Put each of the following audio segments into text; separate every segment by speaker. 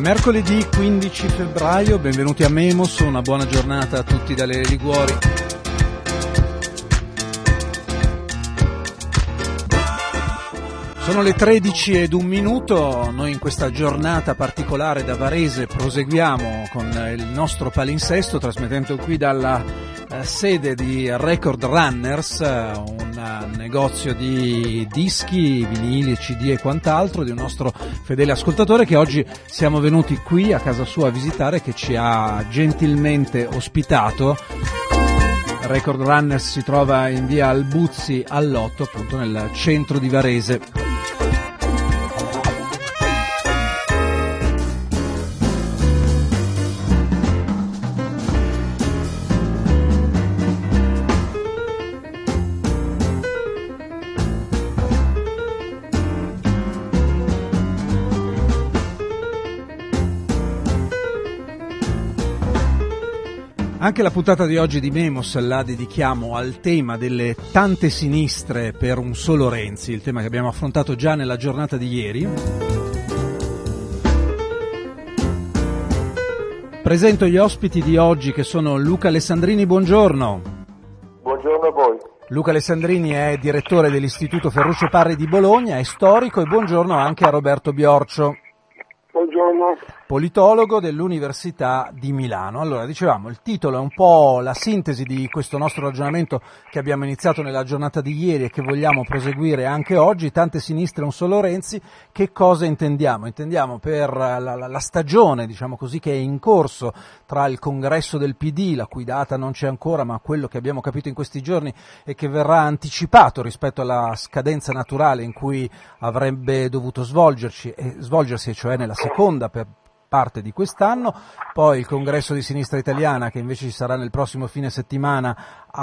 Speaker 1: Mercoledì 15 febbraio, benvenuti a Memos, una buona giornata a tutti dalle Liguori. Sono le 13:01, noi in questa giornata particolare da Varese proseguiamo con il nostro palinsesto, trasmettendo qui dalla sede di Record Runners, un negozio di dischi, vinili, CD e quant'altro, di un nostro fedele ascoltatore che oggi siamo venuti qui a casa sua a visitare, che ci ha gentilmente ospitato. Record Runners si trova in via Albuzzi all'8, appunto nel centro di Varese. Anche la puntata di oggi di Memos la dedichiamo al tema delle tante sinistre per un solo Renzi, il tema che abbiamo affrontato già nella giornata di ieri. Presento gli ospiti di oggi che sono Luca Alessandrini, buongiorno.
Speaker 2: Buongiorno a voi.
Speaker 1: Luca Alessandrini è direttore dell'Istituto Ferruccio Parri di Bologna, è storico, e buongiorno anche a Roberto Biorcio.
Speaker 2: Buongiorno.
Speaker 1: Politologo dell'Università di Milano. Allora, dicevamo, il titolo è un po' la sintesi di questo nostro ragionamento che abbiamo iniziato nella giornata di ieri e che vogliamo proseguire anche oggi. Tante sinistre, un solo Renzi. Che cosa intendiamo? Intendiamo per la stagione, diciamo così, che è in corso tra il congresso del PD, la cui data non c'è ancora, ma quello che abbiamo capito in questi giorni è che verrà anticipato rispetto alla scadenza naturale in cui avrebbe dovuto svolgersi, cioè nella seconda parte di quest'anno, poi il congresso di Sinistra Italiana che invece ci sarà nel prossimo fine settimana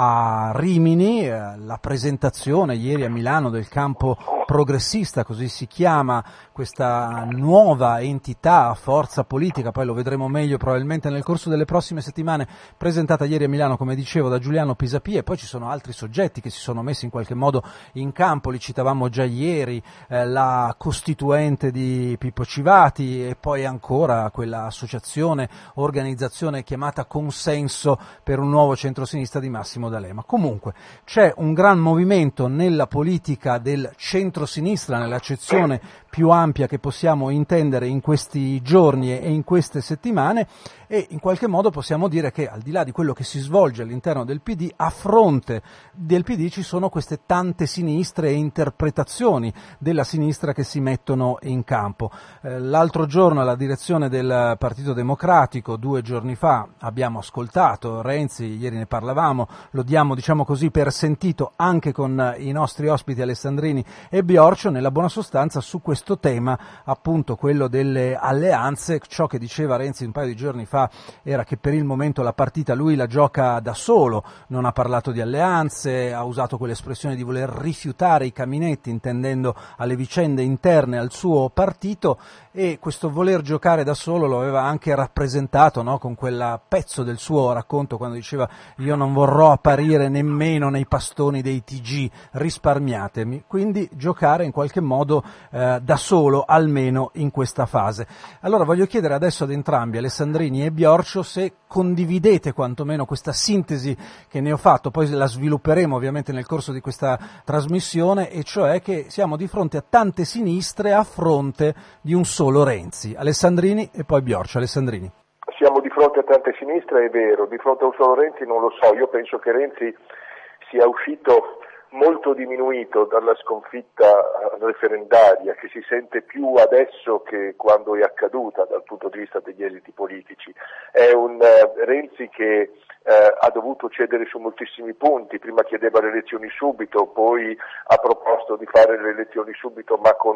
Speaker 1: a Rimini, la presentazione ieri a Milano del campo progressista, così si chiama questa nuova entità, forza politica, poi lo vedremo meglio probabilmente nel corso delle prossime settimane, presentata ieri a Milano, come dicevo, da Giuliano Pisapia, e poi ci sono altri soggetti che si sono messi in qualche modo in campo, li citavamo già ieri, la costituente di Pippo Civati e poi ancora quella associazione, organizzazione chiamata Consenso per un nuovo centrosinistra di Massimo D'Alema. Comunque c'è un gran movimento nella politica del centrosinistra, nell'accezione più ampia che possiamo intendere in questi giorni e in queste settimane, e in qualche modo possiamo dire che al di là di quello che si svolge all'interno del PD, a fronte del PD ci sono queste tante sinistre e interpretazioni della sinistra che si mettono in campo. L'altro giorno alla direzione del Partito Democratico, 2 giorni fa, abbiamo ascoltato Renzi, ieri ne parlavamo, lo diamo diciamo così per sentito anche con i nostri ospiti Alessandrini e Biorcio, nella buona sostanza su questo tema, appunto quello delle alleanze. Ciò che diceva Renzi un paio di giorni fa era che per il momento la partita lui la gioca da solo, non ha parlato di alleanze, ha usato quell'espressione di voler rifiutare i caminetti, intendendo alle vicende interne al suo partito, e questo voler giocare da solo lo aveva anche rappresentato, no? Con quel pezzo del suo racconto quando diceva: io non vorrò apparire nemmeno nei pastoni dei TG, risparmiatemi. Quindi giocare in qualche modo da solo, almeno in questa fase. Allora voglio chiedere adesso ad entrambi, Alessandrini e Biorcio, se condividete quantomeno questa sintesi che ne ho fatto, poi la svilupperemo ovviamente nel corso di questa trasmissione, e cioè che siamo di fronte a tante sinistre a fronte di un solo Renzi. Alessandrini e poi Biorcio. Alessandrini.
Speaker 2: Siamo di fronte a tante sinistre, è vero, di fronte a un solo Renzi non lo so, io penso che Renzi sia uscito molto diminuito dalla sconfitta referendaria, che si sente più adesso che quando è accaduta dal punto di vista degli esiti politici. È un Renzi che ha dovuto cedere su moltissimi punti, prima chiedeva le elezioni subito, poi ha proposto di fare le elezioni subito ma con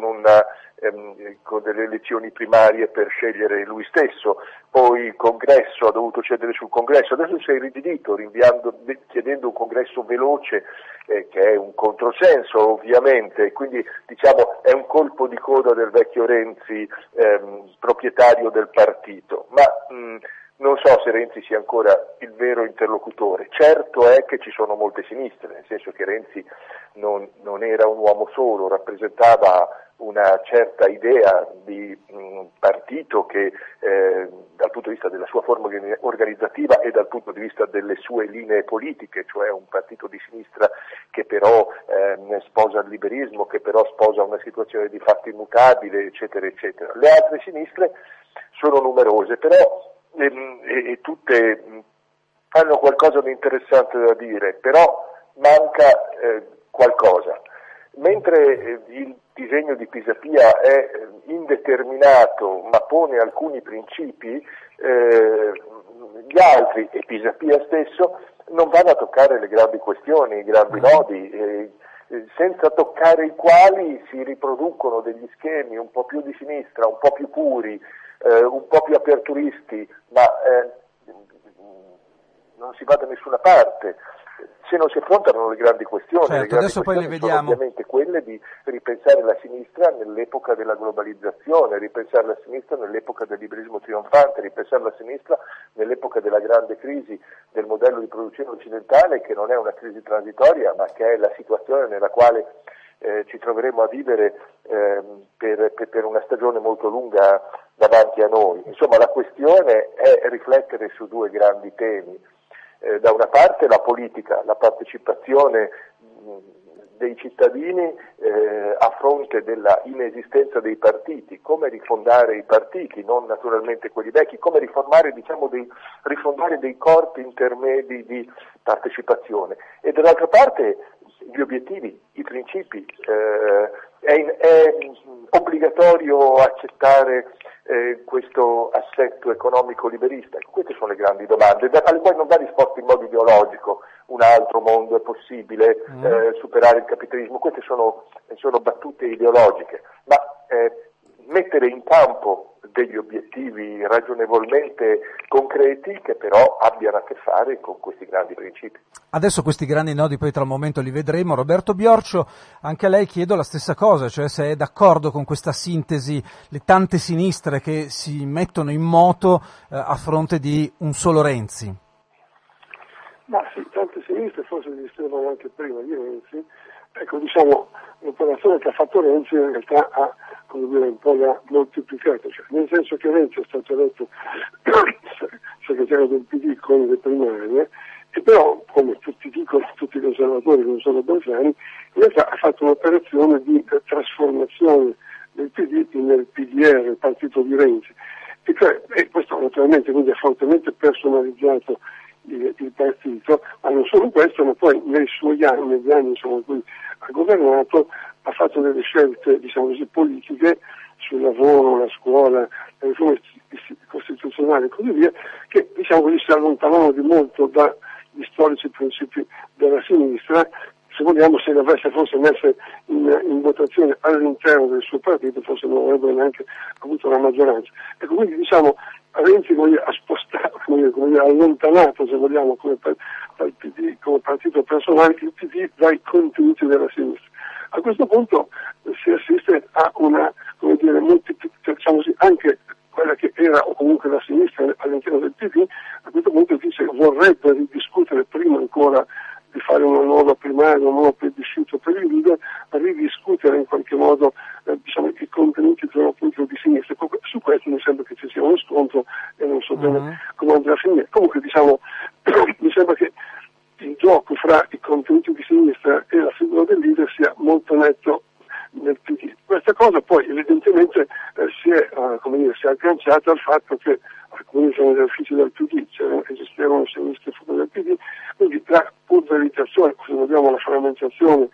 Speaker 2: delle elezioni primarie per scegliere lui stesso, poi il congresso, ha dovuto cedere sul congresso, adesso si è irrigidito chiedendo un congresso veloce, che è un controsenso ovviamente, quindi diciamo è un colpo di coda del vecchio Renzi, proprietario del partito, ma non so se Renzi sia ancora il vero interlocutore. Certo è che ci sono molte sinistre, nel senso che Renzi non era un uomo solo, rappresentava una certa idea di partito che dal punto di vista della sua forma organizzativa e dal punto di vista delle sue linee politiche, cioè un partito di sinistra che però sposa il liberismo, che però sposa una situazione di fatti immutabile, eccetera, eccetera. Le altre sinistre sono numerose, però e tutte hanno qualcosa di interessante da dire, però manca qualcosa. Mentre il disegno di Pisapia è indeterminato ma pone alcuni principi, gli altri, e Pisapia stesso, non vanno a toccare le grandi questioni, i grandi nodi, senza toccare i quali si riproducono degli schemi un po' più di sinistra, un po' più puri, un po' più aperturisti, ma non si va da nessuna parte. Se non si affrontano le grandi questioni,
Speaker 1: certo,
Speaker 2: le grandi
Speaker 1: adesso poi le
Speaker 2: sono
Speaker 1: vediamo.
Speaker 2: ovviamente quelle di ripensare la sinistra nell'epoca della globalizzazione, ripensare la sinistra nell'epoca del liberismo trionfante, ripensare la sinistra nell'epoca della grande crisi del modello di produzione occidentale, che non è una crisi transitoria, ma che è la situazione nella quale ci troveremo a vivere per una stagione molto lunga davanti a noi. Insomma, la questione è riflettere su due grandi temi. Da una parte la politica, la partecipazione dei cittadini a fronte della inesistenza dei partiti, come rifondare i partiti, non naturalmente quelli vecchi, come rifondare dei corpi intermedi di partecipazione, e dall'altra parte gli obiettivi, i principi. È obbligatorio accettare questo assetto economico liberista? Queste sono le grandi domande, alle quali non dà risposta in modo ideologico. Un altro mondo è possibile, superare il capitalismo, queste sono battute ideologiche, ma mettere in campo degli obiettivi ragionevolmente concreti che però abbiano a che fare con questi grandi principi.
Speaker 1: Adesso questi grandi nodi poi tra un momento li vedremo. Roberto Biorcio, anche a lei chiedo la stessa cosa, cioè se è d'accordo con questa sintesi, le tante sinistre che si mettono in moto a fronte di un solo Renzi.
Speaker 3: Ma sì, tante sinistre forse esistevano anche prima di Renzi. Ecco, diciamo, l'operazione che ha fatto Renzi in realtà ha, come dire, un po' la moltiplicato, cioè, nel senso che Renzi è stato eletto segretario del PD con le primarie, e però, come tutti dicono, tutti i conservatori, non solo Bersani, in realtà ha fatto un'operazione di trasformazione del PD nel PDR, il partito di Renzi. E questo naturalmente quindi ha fortemente personalizzato il partito, ma non solo questo, ma poi nei suoi anni, negli anni in cui ha governato, ha fatto delle scelte, diciamo così, politiche sul lavoro, la scuola, le riforme costituzionali e così via, che diciamo così si allontanavano di molto dagli storici principi della sinistra. Se vogliamo, se le avesse forse messe in votazione all'interno del suo partito, forse non avrebbero neanche avuto la maggioranza. Ecco, quindi diciamo, Renzi ha spostato, ha allontanato, se vogliamo, come PD, come partito personale, il PD dai contenuti della sinistra. A questo punto si assiste a una, come dire, diciamo così, anche quella che era o comunque la sinistra all'interno del PD, a questo punto dice vorrebbe ridiscutere prima ancora di fare una nuova primaria, un nuovo plebiscito per il leader, a ridiscutere in qualche modo diciamo, i contenuti dell'appunto di sinistra. Su questo mi sembra che ci sia uno scontro e non so bene come andrà a finire. Comunque diciamo, mi sembra che il gioco fra i contenuti di sinistra e la figura del leader sia molto netto nel PD. Questa cosa poi evidentemente si è agganciata al fatto che alcuni sono degli uffici del PD, esistevano sinistre fuori del PD, quindi la pulverizzazione, se vogliamo la frammentazione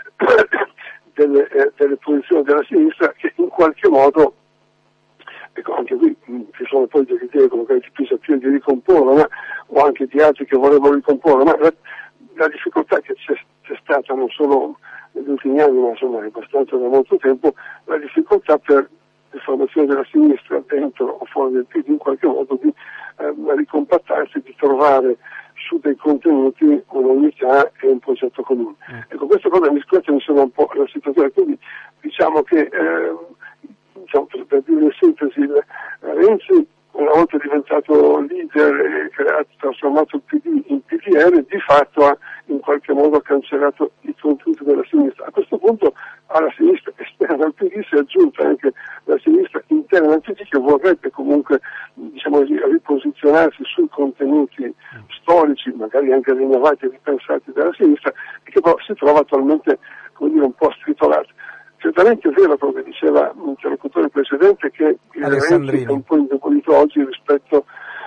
Speaker 3: delle posizioni della sinistra, che in qualche modo, ecco, anche qui ci sono poi delle idee come quelle di Pisapia di ricomporla, o anche di altri che vorrebbero ricomporla, ma la difficoltà che c'è stata non solo negli ultimi anni, ma insomma è abbastanza da molto tempo, la difficoltà per le formazioni della sinistra dentro o fuori del PD in qualche modo di ricompattarsi, di trovare su dei contenuti un'unità e un progetto comune. Ecco, questa mi sembra un po' la situazione, quindi diciamo che diciamo, per dire in sintesi, Renzi una volta diventato leader e ha trasformato il PD in PDR, di fatto ha in qualche modo cancellato i contenuti della sinistra. A questo punto alla sinistra esterna al PD PD si è aggiunta anche la sinistra interna del PD che vorrebbe comunque, diciamo così, riposizionarsi sui contenuti storici, magari anche rinnovati e ripensati dalla sinistra, e che però si trova attualmente, come dire, un po' stritolata. Certamente è vero, quello che diceva l'interlocutore precedente, che il Renzi è un po' indebolito oggi rispetto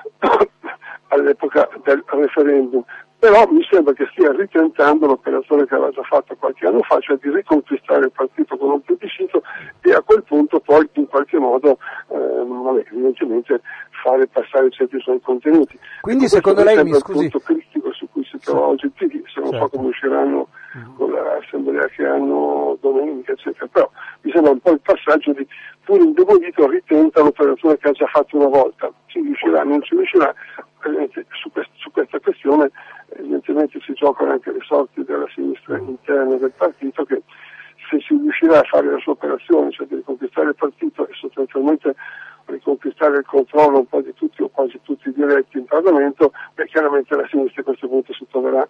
Speaker 3: all'epoca del referendum, però mi sembra che stia ritentando l'operazione che aveva già fatto qualche anno fa, cioè di riconquistare il partito con un plebiscito e a quel punto poi in qualche modo evidentemente fare passare certi suoi contenuti.
Speaker 1: Quindi secondo lei, mi scusi,
Speaker 3: il punto critico su cui si trova oggi il PD, se non so come usciranno con l'assemblea che hanno domenica, eccetera, però mi sembra un po' il passaggio di pur indebolito ritenta l'operazione che ha già fatto una volta, ci riuscirà, non ci riuscirà, su questa questione evidentemente si giocano anche le sorti della sinistra interna del partito, che se si riuscirà a fare la sua operazione, cioè di riconquistare il partito e sostanzialmente riconquistare il controllo un po' di tutti o quasi tutti i diretti in Parlamento, chiaramente la sinistra a questo punto si troverà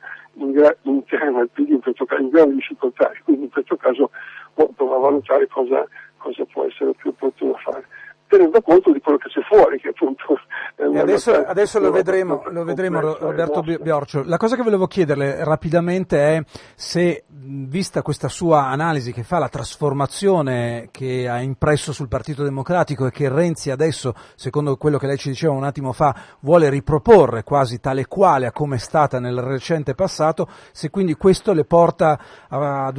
Speaker 3: interna al PD in grande difficoltà, e quindi in questo caso dovrà valutare cosa può essere più opportuno fare, tenendo conto di quello che c'è fuori, che appunto è una
Speaker 1: adesso lo vedremo Roberto Biorcio. La cosa che volevo chiederle rapidamente è se, vista questa sua analisi che fa la trasformazione che ha impresso sul Partito Democratico e che Renzi adesso, secondo quello che lei ci diceva un attimo fa, vuole riproporre quasi tale quale a come è stata nel recente passato, se quindi questo la porta ad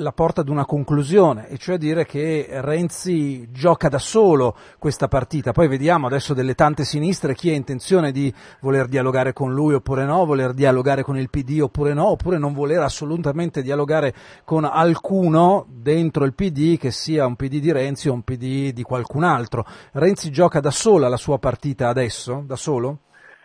Speaker 1: una conclusione, e cioè dire che Renzi gioca da solo questa partita. Poi vediamo adesso delle tante sinistre chi ha intenzione di voler dialogare con lui oppure no, voler dialogare con il PD oppure no, oppure non voler assolutamente dialogare con alcuno dentro il PD, che sia un PD di Renzi o un PD di qualcun altro. Renzi gioca da sola la sua partita adesso? Da solo?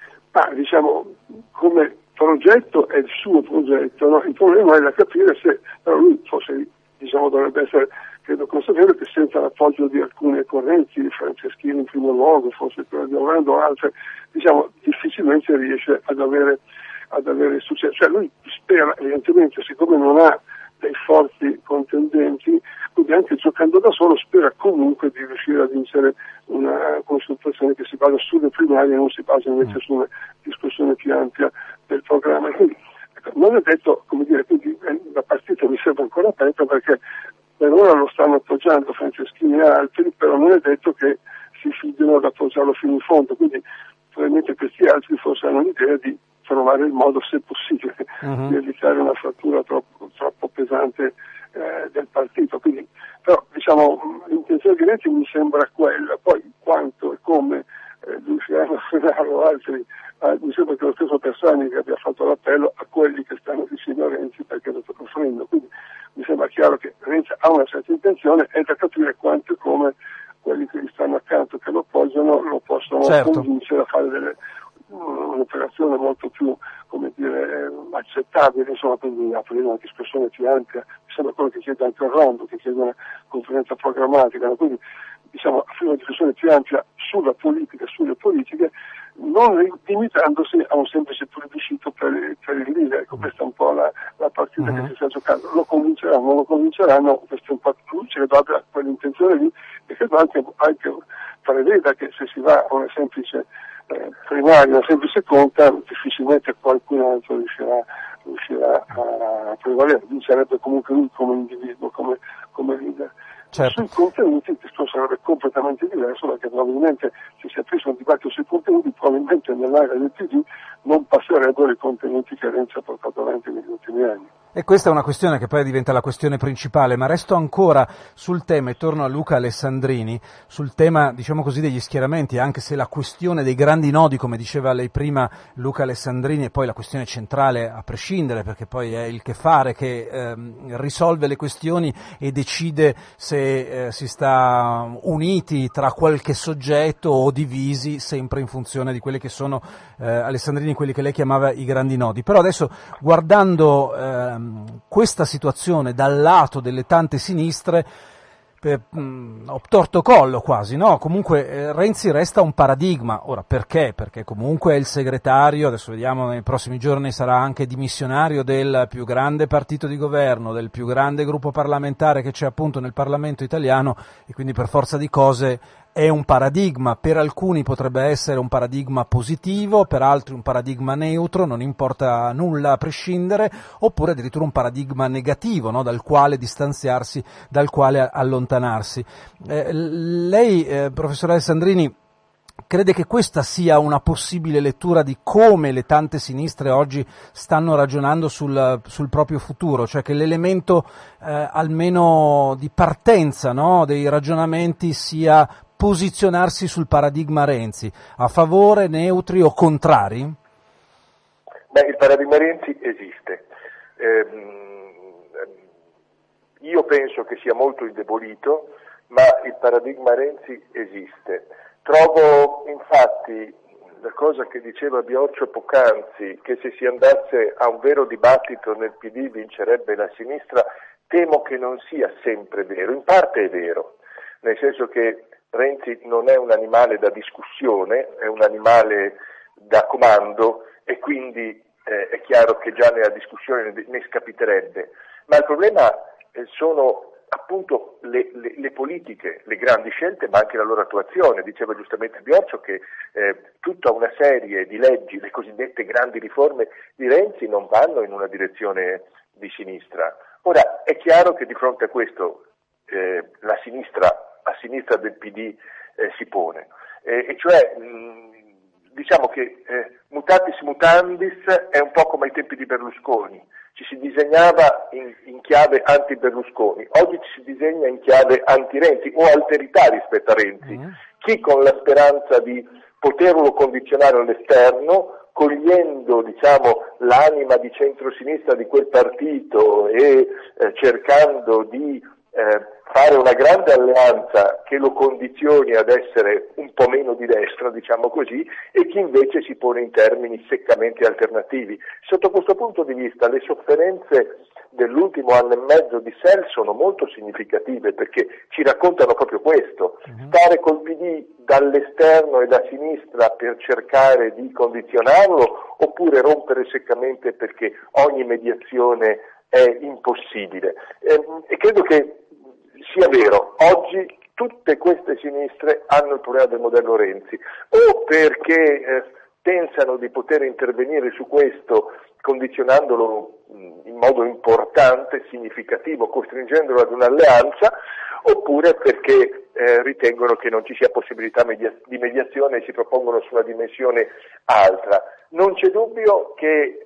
Speaker 3: Diciamo, come progetto è il suo progetto, no? Il problema è da capire se però lui forse dovrebbe essere, credo, consapevole che senza l'appoggio di alcune correnti, di Franceschini in primo luogo, forse quella di Orlando o altre, difficilmente riesce ad avere successo. Cioè lui spera, evidentemente, siccome non ha dei forti contendenti, quindi anche giocando da solo spera comunque di riuscire a vincere una consultazione che si basa sulle primarie e non si basa invece su una discussione più ampia del programma. Quindi, non è detto, quindi la partita mi sembra ancora aperta, perché per ora lo stanno appoggiando Franceschini e altri, però non è detto che si fidino ad appoggiarlo fino in fondo, quindi probabilmente questi altri forse hanno l'idea di trovare il modo, se possibile, di evitare una frattura troppo pesante del partito. Quindi, però l'intenzione di Renzi mi sembra quella, poi quanto e come riusciranno a frenarlo altri, mi sembra che lo stesso Bersani che abbia fatto l'appello a quelli che stanno vicino a Renzi perché lo sta offrendo, quindi mi sembra chiaro che Renzi ha una certa intenzione, è da capire quanto e come quelli che gli stanno accanto, che lo appoggiano, lo possono convincere a fare un'operazione molto più, accettabile, quindi aprire una discussione più ampia. Mi sembra quello che chiede anche Orlando, che chiede una conferenza programmatica, quindi aprire una discussione più ampia sulla politica, sulle politiche, non limitandosi a un semplice plebiscito per il leader. Questa è un po' la partita che si sta giocando. Lo convinceranno, non lo convinceranno, questo è un po' luce, credo abbia quell'intenzione lì, e credo anche preveda che se si va a una semplice primaria, una semplice conta, difficilmente qualcun altro riuscirà a prevalere, vincerebbe comunque lui come individuo, come leader.
Speaker 1: Certo.
Speaker 3: Sui contenuti il discorso sarebbe completamente diverso, perché probabilmente se si aprisse un dibattito sui contenuti, probabilmente nell'area del PD non passerebbero i contenuti che Renzi ha portato avanti negli ultimi anni.
Speaker 1: E questa è una questione che poi diventa la questione principale, ma resto ancora sul tema, e torno a Luca Alessandrini, sul tema, degli schieramenti, anche se la questione dei grandi nodi, come diceva lei prima Luca Alessandrini, è poi la questione centrale a prescindere, perché poi è il che fare che risolve le questioni e decide se si sta uniti tra qualche soggetto o divisi, sempre in funzione di quelli che sono, Alessandrini, quelli che lei chiamava i grandi nodi. Però adesso, guardando questa situazione dal lato delle tante sinistre, obtorto collo quasi, no? Comunque Renzi resta un paradigma. Ora perché? Perché comunque è il segretario, adesso vediamo nei prossimi giorni sarà anche dimissionario del più grande partito di governo, del più grande gruppo parlamentare che c'è appunto nel Parlamento italiano, e quindi per forza di cose è un paradigma. Per alcuni potrebbe essere un paradigma positivo, per altri un paradigma neutro, non importa nulla a prescindere, oppure addirittura un paradigma negativo, no? Dal quale distanziarsi, dal quale allontanarsi. Lei, professor Alessandrini, crede che questa sia una possibile lettura di come le tante sinistre oggi stanno ragionando sul proprio futuro, cioè che l'elemento almeno di partenza, no, dei ragionamenti sia posizionarsi sul paradigma Renzi, a favore, neutri o contrari?
Speaker 2: Beh, il paradigma Renzi esiste. Io penso che sia molto indebolito, ma il paradigma Renzi esiste. Trovo infatti la cosa che diceva Bioccio poc'anzi, che se si andasse a un vero dibattito nel PD vincerebbe la sinistra, temo che non sia sempre vero. In parte è vero, nel senso che Renzi non è un animale da discussione, è un animale da comando e quindi è chiaro che già nella discussione ne scapiterebbe. Ma il problema sono appunto le politiche, le grandi scelte, ma anche la loro attuazione. Diceva giustamente Bioccio che tutta una serie di leggi, le cosiddette grandi riforme di Renzi, non vanno in una direzione di sinistra. Ora, è chiaro che di fronte a questo la sinistra, a sinistra del PD si pone, e cioè diciamo che mutatis mutandis è un po' come ai tempi di Berlusconi, ci si disegnava in chiave anti-Berlusconi, oggi ci si disegna in chiave anti-Renzi o alterità rispetto a Renzi, chi con la speranza di poterlo condizionare all'esterno, cogliendo diciamo l'anima di centrosinistra di quel partito e cercando di fare una grande alleanza che lo condizioni ad essere un po' meno di destra, diciamo così, e chi invece si pone in termini seccamente alternativi. Sotto questo punto di vista le sofferenze dell'ultimo anno e mezzo di SEL sono molto significative, perché ci raccontano proprio questo, stare col PD dall'esterno e da sinistra per cercare di condizionarlo, oppure rompere seccamente perché ogni mediazione è impossibile. E credo che sia vero, oggi tutte queste sinistre hanno il problema del modello Renzi, o perché pensano di poter intervenire su questo condizionandolo in modo importante, significativo, costringendolo ad un'alleanza, oppure perché ritengono che non ci sia possibilità di mediazione e si propongono su una dimensione altra. Non c'è dubbio che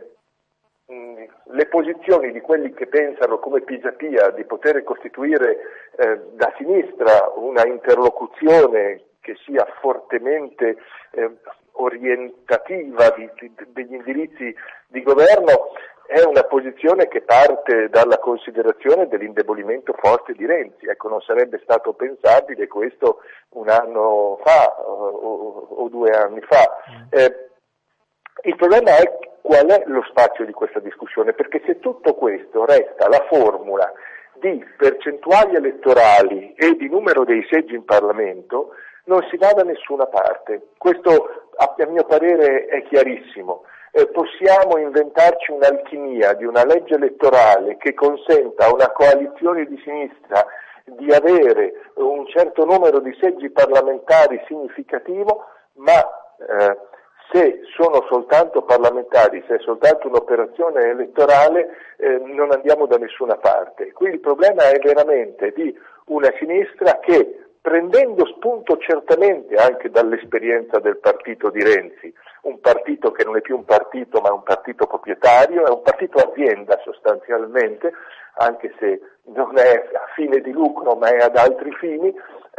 Speaker 2: le posizioni di quelli che pensano come Pisapia di poter costituire da sinistra una interlocuzione che sia fortemente orientativa degli indirizzi di governo è una posizione che parte dalla considerazione dell'indebolimento forte di Renzi. Ecco, non sarebbe stato pensabile questo un anno fa o 2 anni fa. Il problema è qual è lo spazio di questa discussione, perché se tutto questo resta la formula di percentuali elettorali e di numero dei seggi in Parlamento, non si va da nessuna parte. Questo a mio parere è chiarissimo. Possiamo inventarci un'alchimia di una legge elettorale che consenta a una coalizione di sinistra di avere un certo numero di seggi parlamentari significativo, ma se sono soltanto parlamentari, se è soltanto un'operazione elettorale, non andiamo da nessuna parte. Qui il problema è veramente di una sinistra che, prendendo spunto certamente anche dall'esperienza del partito di Renzi, un partito che non è più un partito ma è un partito proprietario, è un partito azienda sostanzialmente, anche se non è a fine di lucro ma è ad altri fini,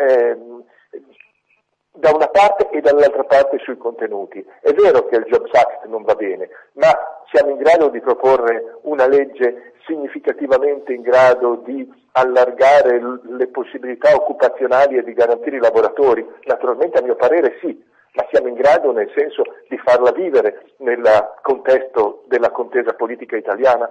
Speaker 2: da una parte e dall'altra parte sui contenuti. È vero che il Jobs Act non va bene, ma siamo in grado di proporre una legge significativamente in grado di allargare le possibilità occupazionali e di garantire i lavoratori? Naturalmente a mio parere sì, ma siamo in grado nel senso di farla vivere nel contesto della contesa politica italiana?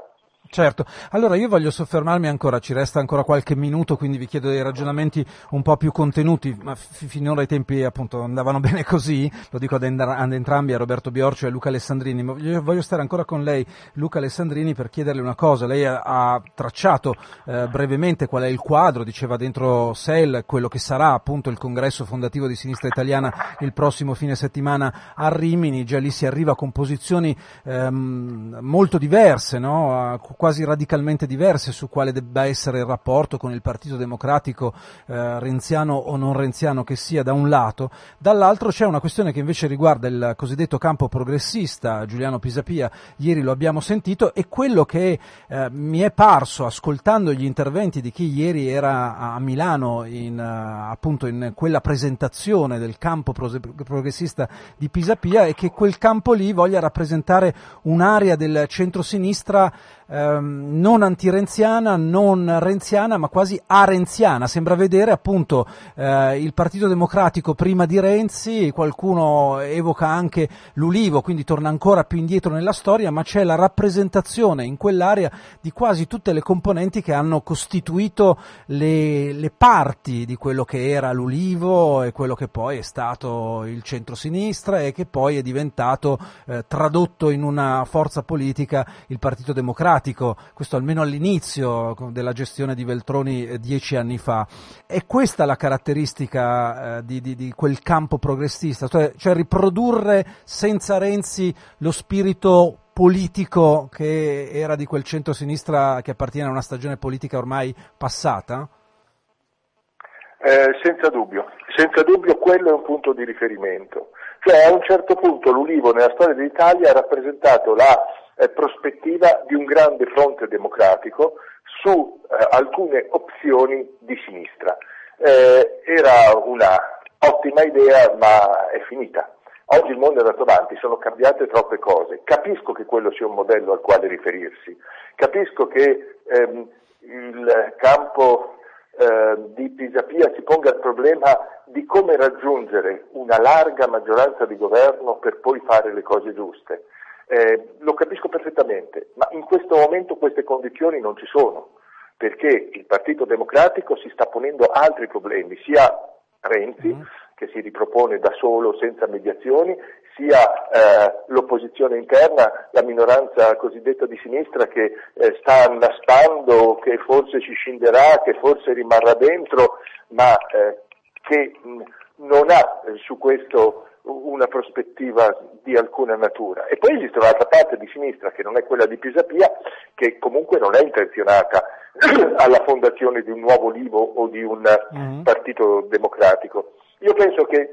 Speaker 1: Certo, allora io voglio soffermarmi ancora, ci resta ancora qualche minuto, quindi vi chiedo dei ragionamenti un po' più contenuti, ma finora i tempi appunto andavano bene così, lo dico ad entrambi, a Roberto Biorcio e a Luca Alessandrini, ma voglio stare ancora con lei, Luca Alessandrini, per chiederle una cosa. Lei ha tracciato brevemente qual è il quadro, diceva dentro sé quello che sarà appunto il congresso fondativo di Sinistra Italiana il prossimo fine settimana a Rimini. Già lì si arriva con posizioni molto diverse, no? Quasi radicalmente diverse su quale debba essere il rapporto con il Partito Democratico, renziano o non renziano che sia, da un lato. Dall'altro c'è una questione che invece riguarda il cosiddetto campo progressista. Giuliano Pisapia ieri lo abbiamo sentito, e quello che mi è parso ascoltando gli interventi di chi ieri era a Milano appunto in quella presentazione del campo progressista di Pisapia è che quel campo lì voglia rappresentare un'area del centrosinistra non antirenziana, non renziana, ma quasi arenziana. Sembra vedere appunto il Partito Democratico prima di Renzi, qualcuno evoca anche l'Ulivo, quindi torna ancora più indietro nella storia, ma c'è la rappresentazione in quell'area di quasi tutte le componenti che hanno costituito le parti di quello che era l'Ulivo e quello che poi è stato il centrosinistra e che poi è diventato tradotto in una forza politica il Partito Democratico. Questo almeno all'inizio della gestione di Veltroni 10 anni fa. È questa la caratteristica di quel campo progressista, cioè riprodurre senza Renzi lo spirito politico che era di quel centro-sinistra che appartiene a una stagione politica ormai passata?
Speaker 2: Senza dubbio quello è un punto di riferimento. Cioè a un certo punto l'Ulivo nella storia d'Italia ha rappresentato la prospettiva di un grande fronte democratico su alcune opzioni di sinistra. Era una ottima idea, ma è finita. Oggi il mondo è andato avanti, sono cambiate troppe cose. Capisco che quello sia un modello al quale riferirsi, capisco che il campo di Pisapia si ponga il problema di come raggiungere una larga maggioranza di governo per poi fare le cose giuste. Lo capisco perfettamente, ma in questo momento queste condizioni non ci sono, perché il Partito Democratico si sta ponendo altri problemi, sia Renzi, che si ripropone da solo senza mediazioni, sia l'opposizione interna, la minoranza cosiddetta di sinistra che sta annaspando, che forse ci scinderà, che forse rimarrà dentro, ma che non ha su questo una prospettiva di alcuna natura. E poi esiste un'altra parte di sinistra che non è quella di Pisapia, che comunque non è intenzionata alla fondazione di un nuovo Ulivo o di un partito democratico. Io penso che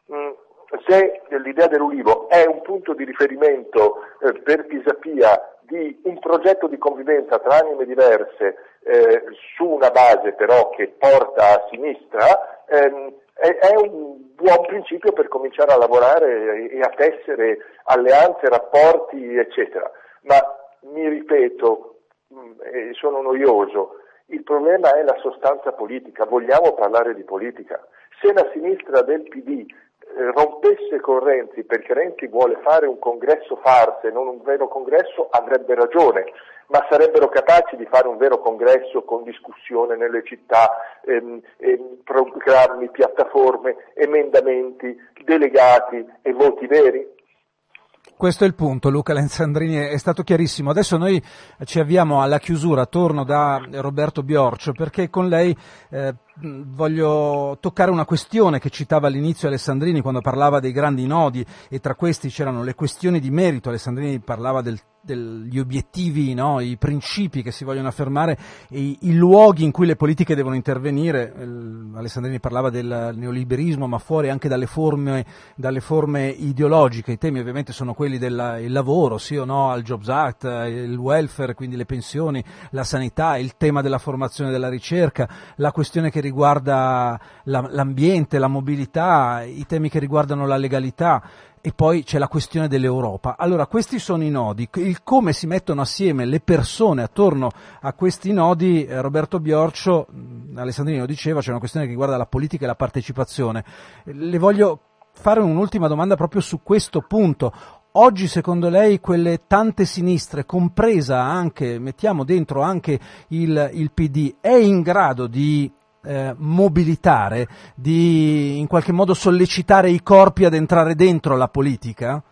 Speaker 2: se l'idea dell'Ulivo è un punto di riferimento per Pisapia di un progetto di convivenza tra anime diverse su una base però che porta a sinistra, è un buon principio per cominciare a lavorare e a tessere alleanze, rapporti, eccetera. Ma mi ripeto, sono noioso, il problema è la sostanza politica, vogliamo parlare di politica. Se la sinistra del PD rompesse con Renzi perché Renzi vuole fare un congresso farsa e non un vero congresso, avrebbe ragione, ma sarebbero capaci di fare un vero congresso con discussione nelle città, programmi, piattaforme, emendamenti, delegati e voti veri?
Speaker 1: Questo è il punto, Luca Alessandrini, è stato chiarissimo. Adesso noi ci avviamo alla chiusura, torno da Roberto Biorcio, perché con lei voglio toccare una questione che citava all'inizio Alessandrini quando parlava dei grandi nodi, e tra questi c'erano le questioni di merito. Alessandrini parlava degli obiettivi, no? I principi che si vogliono affermare e i luoghi in cui le politiche devono intervenire. Alessandrini parlava del neoliberismo, ma fuori anche dalle forme ideologiche. I temi ovviamente sono quelli del lavoro, sì o no al Jobs Act, il welfare, quindi le pensioni, la sanità, il tema della formazione e della ricerca, la questione che riguarda l'ambiente, la mobilità, i temi che riguardano la legalità. E poi c'è la questione dell'Europa. Allora, questi sono i nodi, il come si mettono assieme le persone attorno a questi nodi. Roberto Biorcio, Alessandrini lo diceva, c'è una questione che riguarda la politica e la partecipazione. Le voglio fare un'ultima domanda proprio su questo punto. oggi secondo lei quelle tante sinistre, compresa anche, mettiamo dentro anche il PD, è in grado di mobilitare, di in qualche modo sollecitare i corpi ad entrare dentro la politica?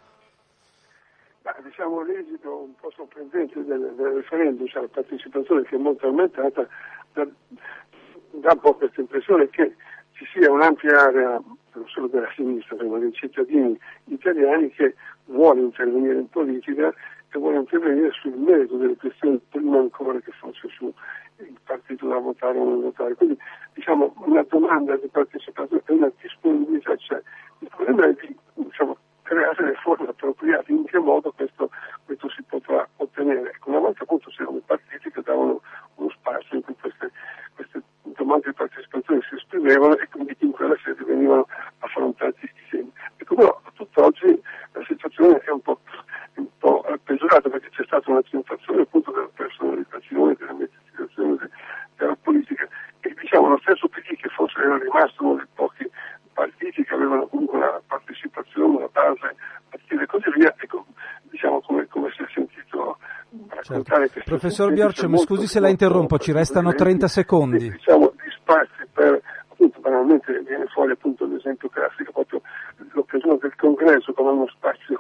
Speaker 3: Diciamo l'esito un po' sorprendente del referendum, cioè la partecipazione che è molto aumentata, dà un po' questa impressione che ci sia un'ampia area, non solo della sinistra, ma dei cittadini italiani che vuole intervenire in politica e vuole intervenire sul merito delle questioni prima ancora che fosse su il partito da votare o non votare. Quindi diciamo una domanda di partecipazione e una disponibilità c'è. Il problema è di creare le forme appropriate, in che modo questo si potrà ottenere. Una volta appunto c'erano i partiti che davano uno spazio in cui queste domande di partecipazione si esprimevano e quindi in quella sede venivano affrontati i temi. Ecco, però tutt'oggi la situazione è un po' peggiorata perché c'è stata una tentazione appunto della personalizzazione, della mediatizzazione della politica e diciamo lo stesso PD che forse era rimasto uno dei pochi partiti che avevano comunque una partecipazione, una base attiva e così via, ecco, diciamo come si è sentito raccontare.
Speaker 1: Certo. Professor Biorcio, mi scusi se la interrompo, ci restano 30 secondi.
Speaker 3: Diciamo di spazi per, appunto banalmente viene fuori appunto l'esempio classico, proprio l'occasione del congresso come uno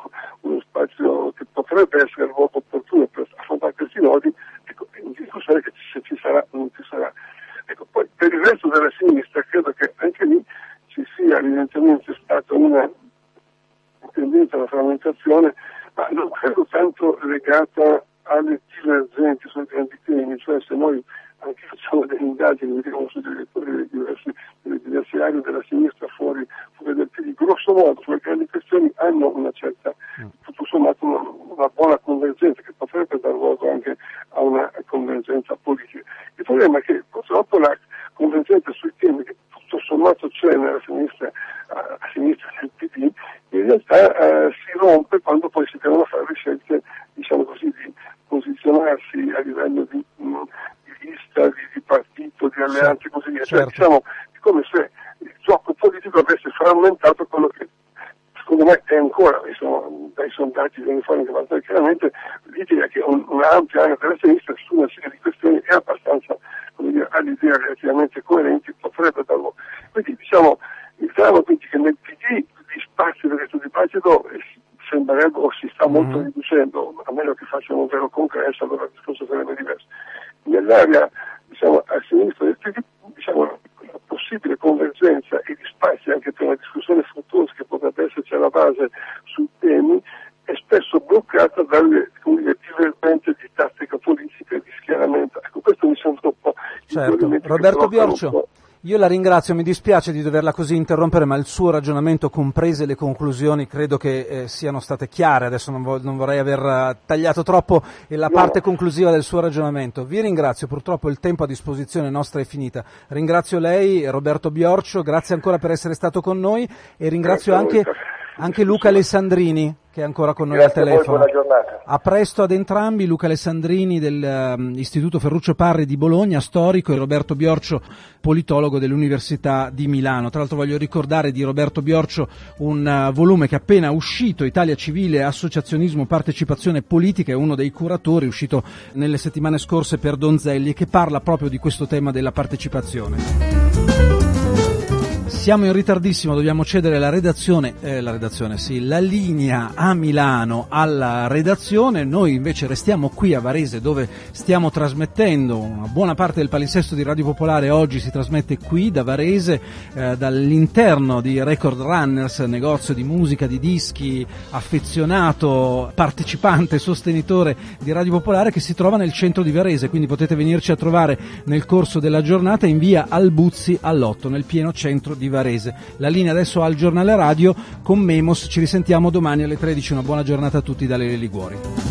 Speaker 3: spazio che potrebbe essere il luogo opportuno per affrontare questi nodi, ecco, in discussione che se ci sarà o non ci sarà. Ecco, poi per il resto della sinistra credo che anche lì ci sia evidentemente stata una tendenza alla frammentazione, ma non credo tanto legata alle divergenze sui grandi temi, cioè se noi anche facciamo delle indagini, vediamo sui direttori delle diverse aree della sinistra fuori del PD, grosso modo sulle grandi questioni hanno una certa, tutto sommato una buona convergenza che potrebbe dar luogo anche a una convergenza politica. Il problema è che purtroppo la convergenza sui temi che tutto sommato c'è nella sinistra, a sinistra del PD, in realtà si rompe quando poi si devono fare le scelte, diciamo così, di posizionarsi a livello di lista, di partito, di alleanze e così via.
Speaker 1: Certo.
Speaker 3: Cioè, diciamo, è come se il gioco politico avesse frammentato quello che secondo me è ancora, dai sondaggi viene fuori anche abbastanza chiaramente, l'idea che un'ampia area della sinistra su una serie di questioni è abbastanza, come dire, ha idee relativamente coerenti, potrebbe darlo. Quindi diciamo, il dramma quindi che nel PD gli spazi per questo dibattito sembrerebbe o si sta molto riducendo, a meno che facciano un vero congresso, allora il discorso sarebbe diverso. Nell'area, diciamo, a sinistra del PD, diciamo, la possibile convergenza e gli spazi anche per una discussione fruttuosa che potrebbe esserci alla base sui temi è spesso bloccata dalle, come dire, divergenze di tattica politica e di schieramento. Ecco, questo mi sembra un po'.
Speaker 1: Certo. Roberto Biorcio, io la ringrazio, mi dispiace di doverla così interrompere, ma il suo ragionamento, comprese le conclusioni, credo che siano state chiare. Adesso non vorrei aver tagliato troppo la parte conclusiva del suo ragionamento. Vi ringrazio, purtroppo il tempo a disposizione nostra è finita. Ringrazio lei, Roberto Biorcio, grazie ancora per essere stato con noi e ringrazio anche Luca Alessandrini che è ancora con noi al telefono.
Speaker 2: Buona giornata.
Speaker 1: A presto ad entrambi, Luca Alessandrini dell'Istituto Ferruccio Parri di Bologna, storico, e Roberto Biorcio, politologo dell'Università di Milano. Tra l'altro voglio ricordare di Roberto Biorcio un volume che è appena uscito, Italia Civile, Associazionismo, Partecipazione Politica, è uno dei curatori, uscito nelle settimane scorse per Donzelli, che parla proprio di questo tema della partecipazione. Siamo in ritardissimo, dobbiamo cedere la linea a Milano alla redazione. Noi invece restiamo qui a Varese, dove stiamo trasmettendo una buona parte del palinsesto di Radio Popolare. Oggi si trasmette qui da Varese, dall'interno di Record Runners, negozio di musica, di dischi, affezionato, partecipante, sostenitore di Radio Popolare, che si trova nel centro di Varese, quindi potete venirci a trovare nel corso della giornata in via Albuzzi all'8, nel pieno centro di Varese. La linea adesso al giornale radio con Memos, ci risentiamo domani alle 13, una buona giornata a tutti da Lele Liguori.